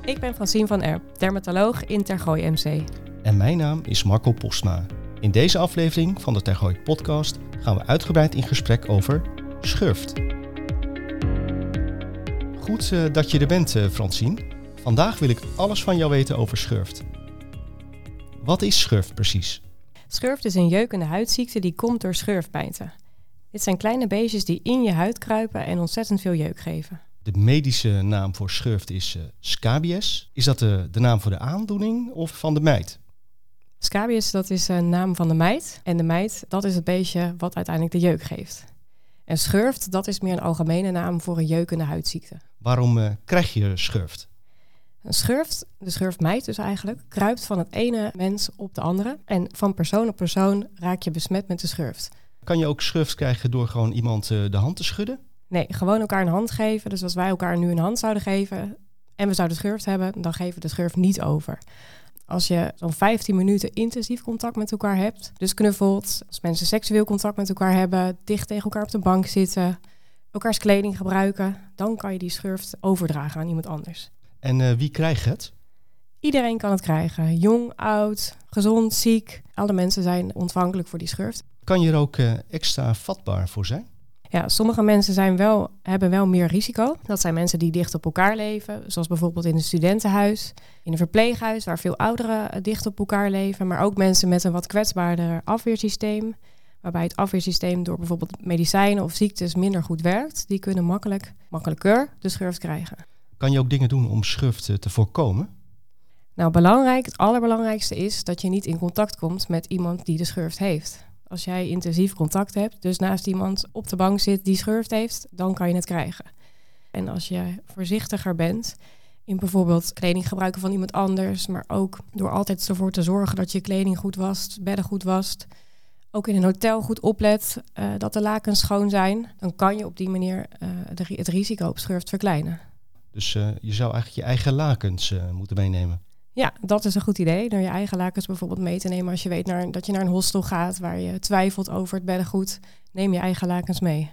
Ik ben Francine van Erp, dermatoloog in Tergooi MC. En mijn naam is Marco Postma. In deze aflevering van de Tergooi podcast gaan we uitgebreid in gesprek over schurft. Goed dat je er bent, Francine. Vandaag wil ik alles van jou weten over schurft. Wat is schurft precies? Schurft is een jeukende huidziekte die komt door schurftbijten. Dit zijn kleine beestjes die in je huid kruipen en ontzettend veel jeuk geven. De medische naam voor schurft is scabies. Is dat de naam voor de aandoening of van de mijt? Scabies, dat is een naam van de mijt. En de mijt, dat is het beestje wat uiteindelijk de jeuk geeft. En schurft, dat is meer een algemene naam voor een jeukende huidziekte. Waarom krijg je schurft? Een schurft, de schurftmijt dus eigenlijk, kruipt van het ene mens op de andere. En van persoon op persoon raak je besmet met de schurft. Kan je ook schurft krijgen door gewoon iemand de hand te schudden? Nee, gewoon elkaar een hand geven. Dus als wij elkaar nu een hand zouden geven en we zouden schurft hebben, dan geven we de schurft niet over. Als je zo'n 15 minuten intensief contact met elkaar hebt, dus knuffelt, als mensen seksueel contact met elkaar hebben, dicht tegen elkaar op de bank zitten, elkaars kleding gebruiken, dan kan je die schurft overdragen aan iemand anders. En wie krijgt het? Iedereen kan het krijgen. Jong, oud, gezond, ziek. Alle mensen zijn ontvankelijk voor die schurft. Kan je er ook extra vatbaar voor zijn? Ja, sommige mensen hebben wel meer risico. Dat zijn mensen die dicht op elkaar leven. Zoals bijvoorbeeld in een studentenhuis, in een verpleeghuis waar veel ouderen dicht op elkaar leven. Maar ook mensen met een wat kwetsbaarder afweersysteem. Waarbij het afweersysteem door bijvoorbeeld medicijnen of ziektes minder goed werkt. Die kunnen makkelijker de schurft krijgen. Kan je ook dingen doen om schurft te voorkomen? Nou, het allerbelangrijkste is dat je niet in contact komt met iemand die de schurft heeft. Als jij intensief contact hebt, dus naast iemand op de bank zit die schurft heeft, dan kan je het krijgen. En als je voorzichtiger bent in bijvoorbeeld kleding gebruiken van iemand anders, maar ook door altijd ervoor te zorgen dat je kleding goed wast, bedden goed wast, ook in een hotel goed oplet dat de lakens schoon zijn, dan kan je op die manier het risico op schurft verkleinen. Dus je zou eigenlijk je eigen lakens moeten meenemen? Ja, dat is een goed idee. Door je eigen lakens bijvoorbeeld mee te nemen als je weet dat je naar een hostel gaat waar je twijfelt over het beddengoed. Neem je eigen lakens mee.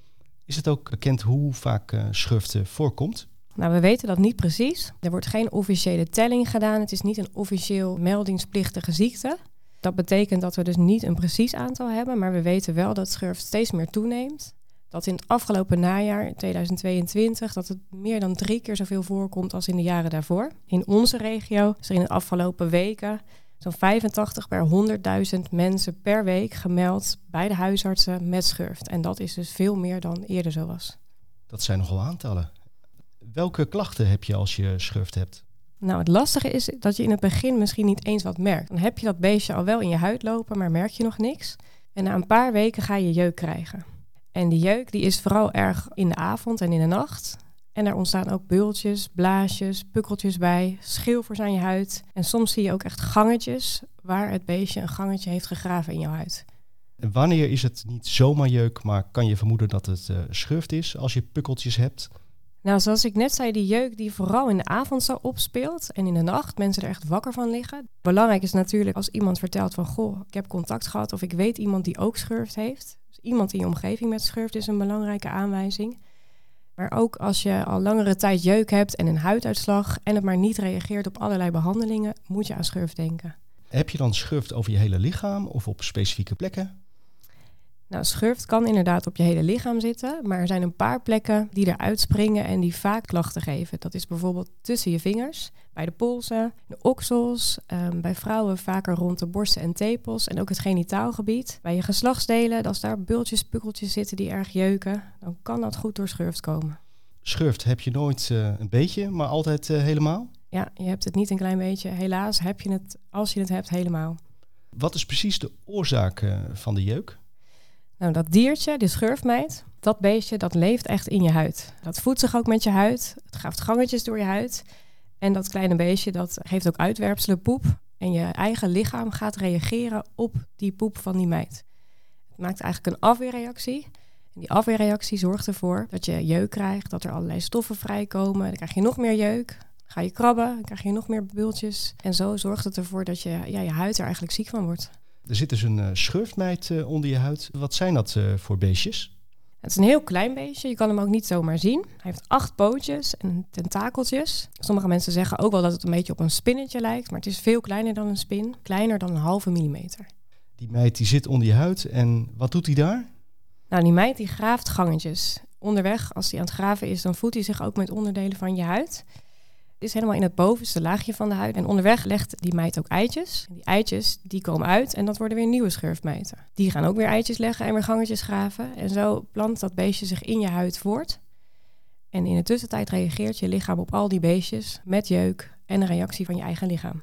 Is het ook bekend hoe vaak schurft voorkomt? Nou, we weten dat niet precies. Er wordt geen officiële telling gedaan. Het is niet een officieel meldingsplichtige ziekte. Dat betekent dat we dus niet een precies aantal hebben, maar we weten wel dat schurft steeds meer toeneemt. Dat in het afgelopen najaar, 2022, dat het meer dan 3 keer zoveel voorkomt als in de jaren daarvoor. In onze regio is er in de afgelopen weken zo'n 85 per 100.000 mensen per week gemeld bij de huisartsen met schurft. En dat is dus veel meer dan eerder zo was. Dat zijn nogal aantallen. Welke klachten heb je als je schurft hebt? Nou, het lastige is dat je in het begin misschien niet eens wat merkt. Dan heb je dat beestje al wel in je huid lopen, maar merk je nog niks. En na een paar weken ga je jeuk krijgen. En die jeuk die is vooral erg in de avond en in de nacht. En er ontstaan ook bultjes, blaasjes, pukkeltjes bij, schilfers aan je huid. En soms zie je ook echt gangetjes waar het beestje een gangetje heeft gegraven in jouw huid. En wanneer is het niet zomaar jeuk, maar kan je vermoeden dat het schurft is als je pukkeltjes hebt? Nou, zoals ik net zei, die jeuk die vooral in de avond zo opspeelt en in de nacht mensen er echt wakker van liggen. Belangrijk is natuurlijk als iemand vertelt van, goh, ik heb contact gehad of ik weet iemand die ook schurft heeft. Dus iemand in je omgeving met schurft is een belangrijke aanwijzing. Maar ook als je al langere tijd jeuk hebt en een huiduitslag en het maar niet reageert op allerlei behandelingen, moet je aan schurft denken. Heb je dan schurft over je hele lichaam of op specifieke plekken? Nou, schurft kan inderdaad op je hele lichaam zitten, maar er zijn een paar plekken die eruit springen en die vaak klachten geven. Dat is bijvoorbeeld tussen je vingers, bij de polsen, de oksels, bij vrouwen vaker rond de borsten en tepels en ook het genitaalgebied. Bij je geslachtsdelen, als daar bultjes, pukkeltjes zitten die erg jeuken, dan kan dat goed door schurft komen. Schurft heb je nooit een beetje, maar altijd helemaal? Ja, je hebt het niet een klein beetje. Helaas heb je het, als je het hebt, helemaal. Wat is precies de oorzaak van de jeuk? Nou, dat diertje, de schurftmijt, dat beestje, dat leeft echt in je huid. Dat voedt zich ook met je huid. Het graaft gangetjes door je huid. En dat kleine beestje, dat geeft ook uitwerpselen, poep. En je eigen lichaam gaat reageren op die poep van die mijt. Het maakt eigenlijk een afweerreactie. En die afweerreactie zorgt ervoor dat je jeuk krijgt, dat er allerlei stoffen vrijkomen. Dan krijg je nog meer jeuk. Dan ga je krabben, dan krijg je nog meer bultjes. En zo zorgt het ervoor dat je huid er eigenlijk ziek van wordt. Er zit dus een schurftmijt onder je huid. Wat zijn dat voor beestjes? Het is een heel klein beestje, je kan hem ook niet zomaar zien. Hij heeft 8 pootjes en tentakeltjes. Sommige mensen zeggen ook wel dat het een beetje op een spinnetje lijkt, maar het is veel kleiner dan een spin, kleiner dan een 0,5 millimeter. Die mijt die zit onder je huid en wat doet hij daar? Nou, die mijt die graaft gangetjes. Onderweg, als hij aan het graven is, dan voedt hij zich ook met onderdelen van je huid. Het is helemaal in het bovenste laagje van de huid. En onderweg legt die mijt ook eitjes. En die eitjes die komen uit en dat worden weer nieuwe schurftmijten. Die gaan ook weer eitjes leggen en weer gangetjes graven. En zo plant dat beestje zich in je huid voort. En in de tussentijd reageert je lichaam op al die beestjes met jeuk en een reactie van je eigen lichaam.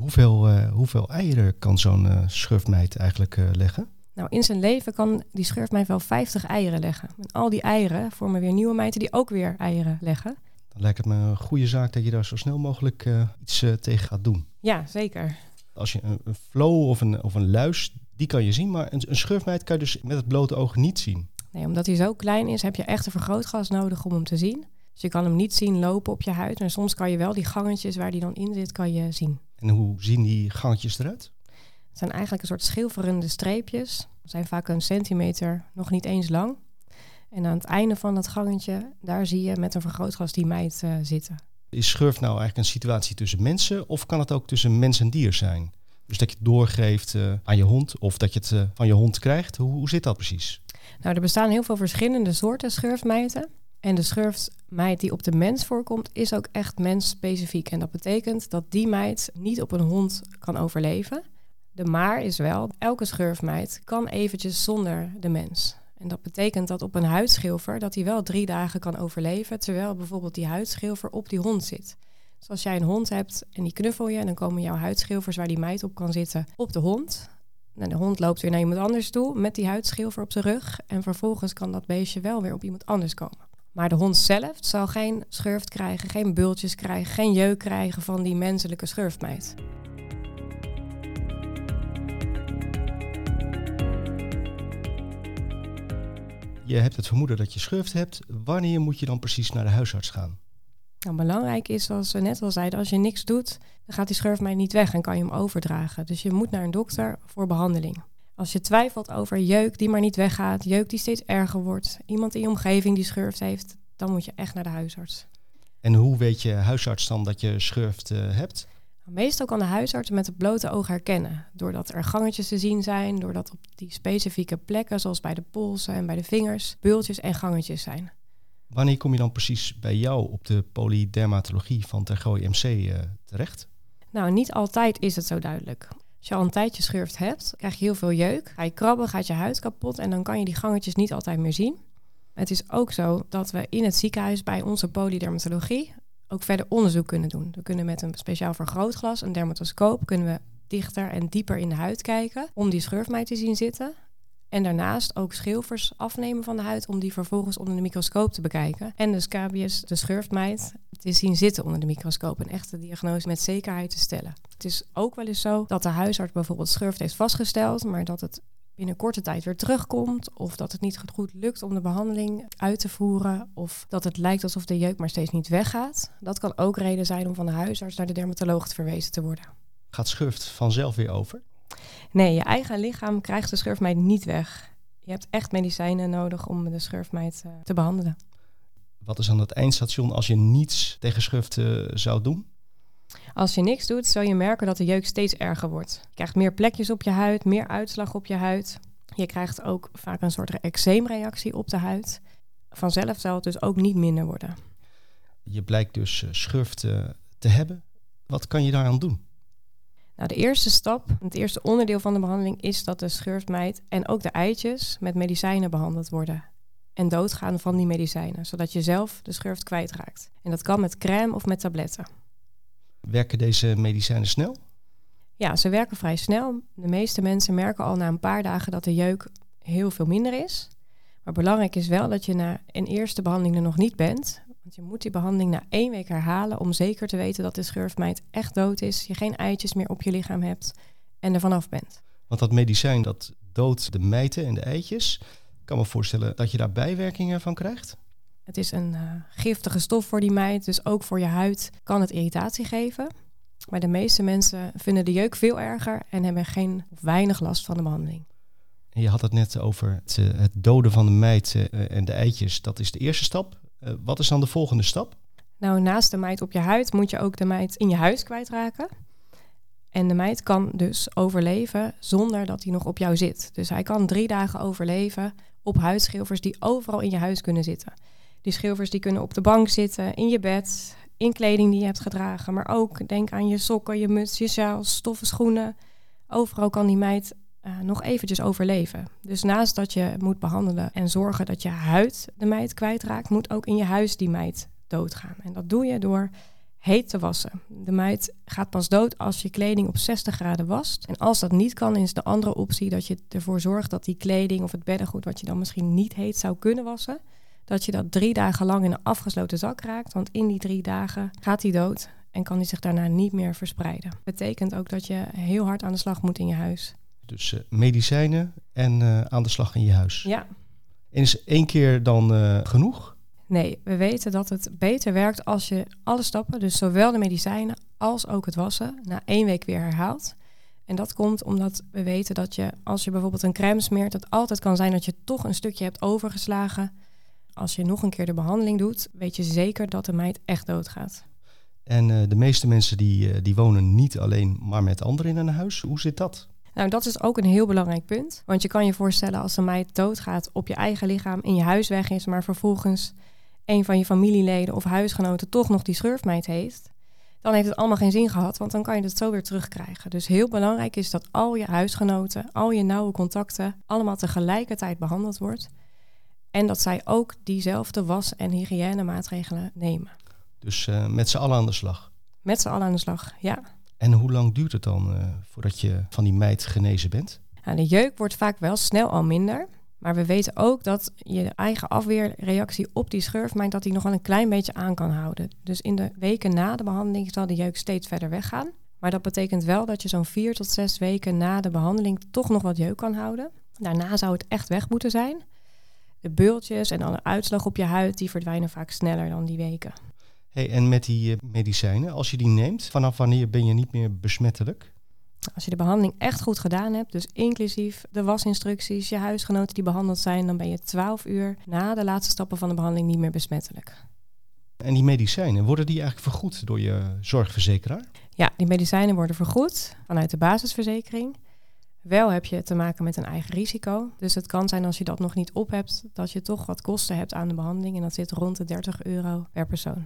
Hoeveel eieren kan zo'n schurftmijt eigenlijk leggen? Nou, in zijn leven kan die schurftmijt wel 50 eieren leggen. En al die eieren vormen weer nieuwe mijten die ook weer eieren leggen. Dan lijkt het me een goede zaak dat je daar zo snel mogelijk iets tegen gaat doen. Ja, zeker. Als je een flow of een luis, die kan je zien. Maar een schurftmijt kan je dus met het blote oog niet zien. Nee, omdat hij zo klein is, heb je echt een vergrootglas nodig om hem te zien. Dus je kan hem niet zien lopen op je huid. Maar soms kan je wel die gangetjes waar die dan in zit, kan je zien. En hoe zien die gangetjes eruit? Het zijn eigenlijk een soort schilferende streepjes. Ze zijn vaak 1 centimeter, nog niet eens lang. En aan het einde van dat gangetje, daar zie je met een vergrootglas die mijt zitten. Is schurft nou eigenlijk een situatie tussen mensen of kan het ook tussen mens en dier zijn? Dus dat je het doorgeeft aan je hond of dat je het van je hond krijgt. Hoe zit dat precies? Nou, er bestaan heel veel verschillende soorten schurftmijten. En de schurftmijt die op de mens voorkomt, is ook echt mensspecifiek. En dat betekent dat die mijt niet op een hond kan overleven. De maar is wel, elke schurftmijt kan eventjes zonder de mens. En dat betekent dat op een huidschilfer dat hij wel 3 dagen kan overleven, terwijl bijvoorbeeld die huidschilfer op die hond zit. Dus als jij een hond hebt en die knuffel je, dan komen jouw huidschilfers waar die mijt op kan zitten op de hond. En de hond loopt weer naar iemand anders toe met die huidschilfer op zijn rug. En vervolgens kan dat beestje wel weer op iemand anders komen. Maar de hond zelf zal geen schurft krijgen, geen bultjes krijgen, geen jeuk krijgen van die menselijke schurftmijt. Je hebt het vermoeden dat je schurft hebt. Wanneer moet je dan precies naar de huisarts gaan? Nou, belangrijk is, zoals we net al zeiden, als je niks doet, dan gaat die schurftmijt niet weg en kan je hem overdragen. Dus je moet naar een dokter voor behandeling. Als je twijfelt over jeuk die maar niet weggaat, jeuk die steeds erger wordt, iemand in je omgeving die schurft heeft, dan moet je echt naar de huisarts. En hoe weet je huisarts dan dat je schurft hebt? Meestal kan de huisarts met het blote oog herkennen. Doordat er gangetjes te zien zijn, doordat op die specifieke plekken, zoals bij de polsen en bij de vingers, bultjes en gangetjes zijn. Wanneer kom je dan precies bij jou op de polydermatologie van Tergooi MC terecht? Nou, niet altijd is het zo duidelijk. Als je al een tijdje schurft hebt, krijg je heel veel jeuk. Ga je krabben, gaat je huid kapot en dan kan je die gangetjes niet altijd meer zien. Het is ook zo dat we in het ziekenhuis bij onze polydermatologie ook verder onderzoek kunnen doen. We kunnen met een speciaal vergrootglas, een dermatoscoop, kunnen we dichter en dieper in de huid kijken om die schurftmijt te zien zitten. En daarnaast ook schilfers afnemen van de huid om die vervolgens onder de microscoop te bekijken. En dus scabies, de schurftmijt, te zien zitten onder de microscoop. Een echte diagnose met zekerheid te stellen. Het is ook wel eens zo dat de huisarts bijvoorbeeld schurft heeft vastgesteld, maar dat het binnen korte tijd weer terugkomt, of dat het niet goed lukt om de behandeling uit te voeren, of dat het lijkt alsof de jeuk maar steeds niet weggaat. Dat kan ook reden zijn om van de huisarts naar de dermatoloog verwezen te worden. Gaat schurft vanzelf weer over? Nee, je eigen lichaam krijgt de schurftmijt niet weg. Je hebt echt medicijnen nodig om de schurftmijt te behandelen. Wat is dan het eindstation als je niets tegen schurft zou doen? Als je niks doet, zul je merken dat de jeuk steeds erger wordt. Je krijgt meer plekjes op je huid, meer uitslag op je huid. Je krijgt ook vaak een soort eczeemreactie op de huid. Vanzelf zal het dus ook niet minder worden. Je blijkt dus schurft te hebben. Wat kan je daaraan doen? Nou, de eerste stap, het eerste onderdeel van de behandeling is dat de schurftmijt en ook de eitjes met medicijnen behandeld worden. En doodgaan van die medicijnen, zodat je zelf de schurft kwijtraakt. En dat kan met crème of met tabletten. Werken deze medicijnen snel? Ja, ze werken vrij snel. De meeste mensen merken al na een paar dagen dat de jeuk heel veel minder is. Maar belangrijk is wel dat je na een eerste behandeling er nog niet bent. Want je moet die behandeling na 1 week herhalen om zeker te weten dat de schurftmijt echt dood is. Je geen eitjes meer op je lichaam hebt en er vanaf bent. Want dat medicijn dat doodt de mijten en de eitjes. Ik kan me voorstellen dat je daar bijwerkingen van krijgt. Het is een giftige stof voor die mijt, dus ook voor je huid kan het irritatie geven. Maar de meeste mensen vinden de jeuk veel erger en hebben geen of weinig last van de behandeling. En je had het net over het doden van de mijt en de eitjes. Dat is de eerste stap. Wat is dan de volgende stap? Nou, naast de mijt op je huid moet je ook de mijt in je huis kwijtraken. En de mijt kan dus overleven zonder dat hij nog op jou zit. Dus hij kan 3 dagen overleven op huidschilfers die overal in je huis kunnen zitten. Die schilfers die kunnen op de bank zitten, in je bed, in kleding die je hebt gedragen. Maar ook denk aan je sokken, je muts, je sjaals, stoffen schoenen. Overal kan die mijt nog eventjes overleven. Dus naast dat je moet behandelen en zorgen dat je huid de mijt kwijtraakt, moet ook in je huis die mijt doodgaan. En dat doe je door heet te wassen. De mijt gaat pas dood als je kleding op 60 graden wast. En als dat niet kan, is de andere optie dat je ervoor zorgt dat die kleding of het beddengoed, wat je dan misschien niet heet zou kunnen wassen, dat je dat 3 dagen lang in een afgesloten zak raakt. Want in die 3 dagen gaat hij dood en kan hij zich daarna niet meer verspreiden. Betekent ook dat je heel hard aan de slag moet in je huis. Dus medicijnen en aan de slag in je huis. Ja. En is 1 keer dan genoeg? Nee, we weten dat het beter werkt als je alle stappen, dus zowel de medicijnen als ook het wassen, na 1 week weer herhaalt. En dat komt omdat we weten dat je, als je bijvoorbeeld een crème smeert, het altijd kan zijn dat je toch een stukje hebt overgeslagen. Als je nog een keer de behandeling doet, weet je zeker dat de mijt echt doodgaat. En de meeste mensen die wonen niet alleen, maar met anderen in een huis. Hoe zit dat? Nou, dat is ook een heel belangrijk punt. Want je kan je voorstellen als de mijt doodgaat op je eigen lichaam, in je huis weg is, maar vervolgens een van je familieleden of huisgenoten toch nog die schurfmijt heeft, dan heeft het allemaal geen zin gehad, want dan kan je het zo weer terugkrijgen. Dus heel belangrijk is dat al je huisgenoten, al je nauwe contacten, allemaal tegelijkertijd behandeld wordt. En dat zij ook diezelfde was- en hygiënemaatregelen nemen. Dus met z'n allen aan de slag? Met z'n allen aan de slag, ja. En hoe lang duurt het dan voordat je van die mijt genezen bent? Nou, de jeuk wordt vaak wel snel al minder. Maar we weten ook dat je eigen afweerreactie op die schurfmijt, dat die nog wel een klein beetje aan kan houden. Dus in de weken na de behandeling zal de jeuk steeds verder weggaan. Maar dat betekent wel dat je zo'n 4 tot 6 weken na de behandeling toch nog wat jeuk kan houden. Daarna zou het echt weg moeten zijn. De beultjes en alle uitslag op je huid, die verdwijnen vaak sneller dan die weken. Hey, en met die medicijnen, als je die neemt, vanaf wanneer ben je niet meer besmettelijk? Als je de behandeling echt goed gedaan hebt, dus inclusief de wasinstructies, je huisgenoten die behandeld zijn, dan ben je 12 uur na de laatste stappen van de behandeling niet meer besmettelijk. En die medicijnen, worden die eigenlijk vergoed door je zorgverzekeraar? Ja, die medicijnen worden vergoed vanuit de basisverzekering. Wel heb je te maken met een eigen risico. Dus het kan zijn als je dat nog niet op hebt, dat je toch wat kosten hebt aan de behandeling. En dat zit rond de €30 per persoon.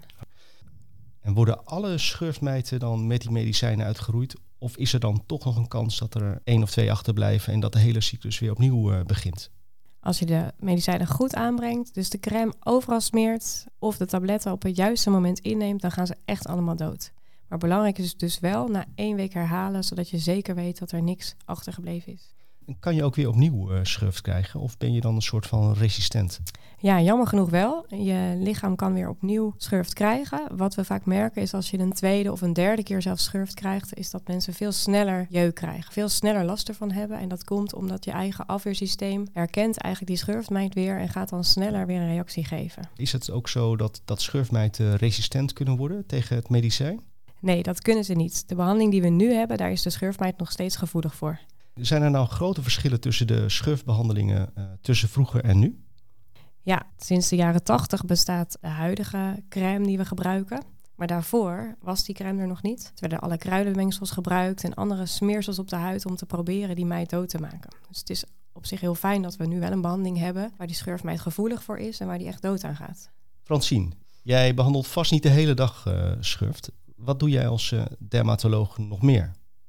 En worden alle schurftmijten dan met die medicijnen uitgeroeid? Of is er dan toch nog een kans dat er 1 of 2 achterblijven en dat de hele cyclus weer opnieuw begint? Als je de medicijnen goed aanbrengt, dus de crème overal smeert of de tabletten op het juiste moment inneemt, dan gaan ze echt allemaal dood. Maar belangrijk is dus wel na 1 week herhalen, zodat je zeker weet dat er niks achtergebleven is. Kan je ook weer opnieuw schurft krijgen of ben je dan een soort van resistent? Ja, jammer genoeg wel. Je lichaam kan weer opnieuw schurft krijgen. Wat we vaak merken is als je een 2e of een 3e keer zelfs schurft krijgt, is dat mensen veel sneller jeuk krijgen. Veel sneller last ervan hebben. En dat komt omdat je eigen afweersysteem herkent eigenlijk die schurftmijt weer en gaat dan sneller weer een reactie geven. Is het ook zo dat schurftmijten resistent kunnen worden tegen het medicijn? Nee, dat kunnen ze niet. De behandeling die we nu hebben, daar is de schurftmijt nog steeds gevoelig voor. Zijn er nou grote verschillen tussen de schurftbehandelingen tussen vroeger en nu? Ja, sinds de jaren 80 bestaat de huidige crème die we gebruiken. Maar daarvoor was die crème er nog niet. Er werden alle kruidenmengsels gebruikt en andere smeersels op de huid om te proberen die mijt dood te maken. Dus het is op zich heel fijn dat we nu wel een behandeling hebben waar die schurftmijt gevoelig voor is en waar die echt dood aan gaat. Francine, jij behandelt vast niet de hele dag schurft. Wat doe jij als dermatoloog nog meer?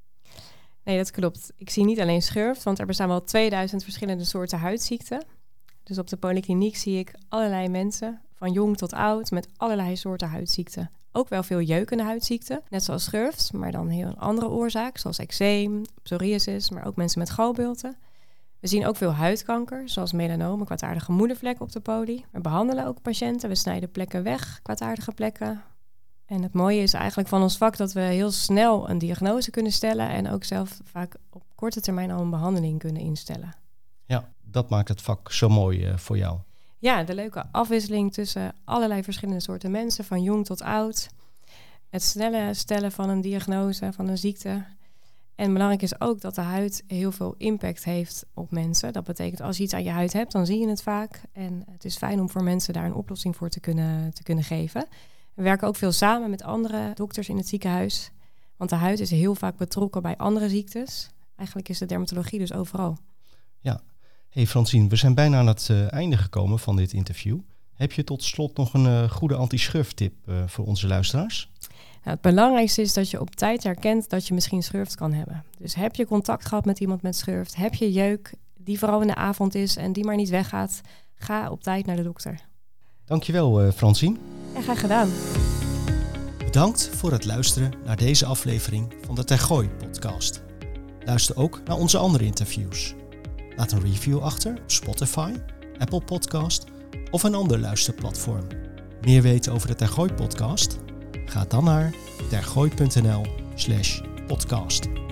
Nee, dat klopt. Ik zie niet alleen schurft, want er bestaan wel 2000 verschillende soorten huidziekten. Dus op de polykliniek zie ik allerlei mensen, van jong tot oud, met allerlei soorten huidziekten. Ook wel veel jeukende huidziekten, net zoals schurft, maar dan heel een andere oorzaak, zoals eczeem, psoriasis, maar ook mensen met galbulten. We zien ook veel huidkanker, zoals melanomen, kwaadaardige moedervlekken op de poli. We behandelen ook patiënten, we snijden plekken weg, kwaadaardige plekken. En het mooie is eigenlijk van ons vak dat we heel snel een diagnose kunnen stellen en ook zelf vaak op korte termijn al een behandeling kunnen instellen. Ja, dat maakt het vak zo mooi voor jou. Ja, de leuke afwisseling tussen allerlei verschillende soorten mensen, van jong tot oud. Het snelle stellen van een diagnose, van een ziekte. En belangrijk is ook dat de huid heel veel impact heeft op mensen. Dat betekent als je iets aan je huid hebt, dan zie je het vaak. En het is fijn om voor mensen daar een oplossing voor te kunnen geven. We werken ook veel samen met andere dokters in het ziekenhuis. Want de huid is heel vaak betrokken bij andere ziektes. Eigenlijk is de dermatologie dus overal. Ja. Hey Francine, we zijn bijna aan het einde gekomen van dit interview. Heb je tot slot nog een goede anti-schurftip voor onze luisteraars? Nou, het belangrijkste is dat je op tijd herkent dat je misschien schurft kan hebben. Dus heb je contact gehad met iemand met schurft? Heb je jeuk die vooral in de avond is en die maar niet weggaat? Ga op tijd naar de dokter. Dankjewel Francine. Ja, graag gedaan. Bedankt voor het luisteren naar deze aflevering van de Tergooi podcast. Luister ook naar onze andere interviews. Laat een review achter op Spotify, Apple Podcast of een ander luisterplatform. Meer weten over de Tergooi podcast? Ga dan naar tergooi.nl/podcast.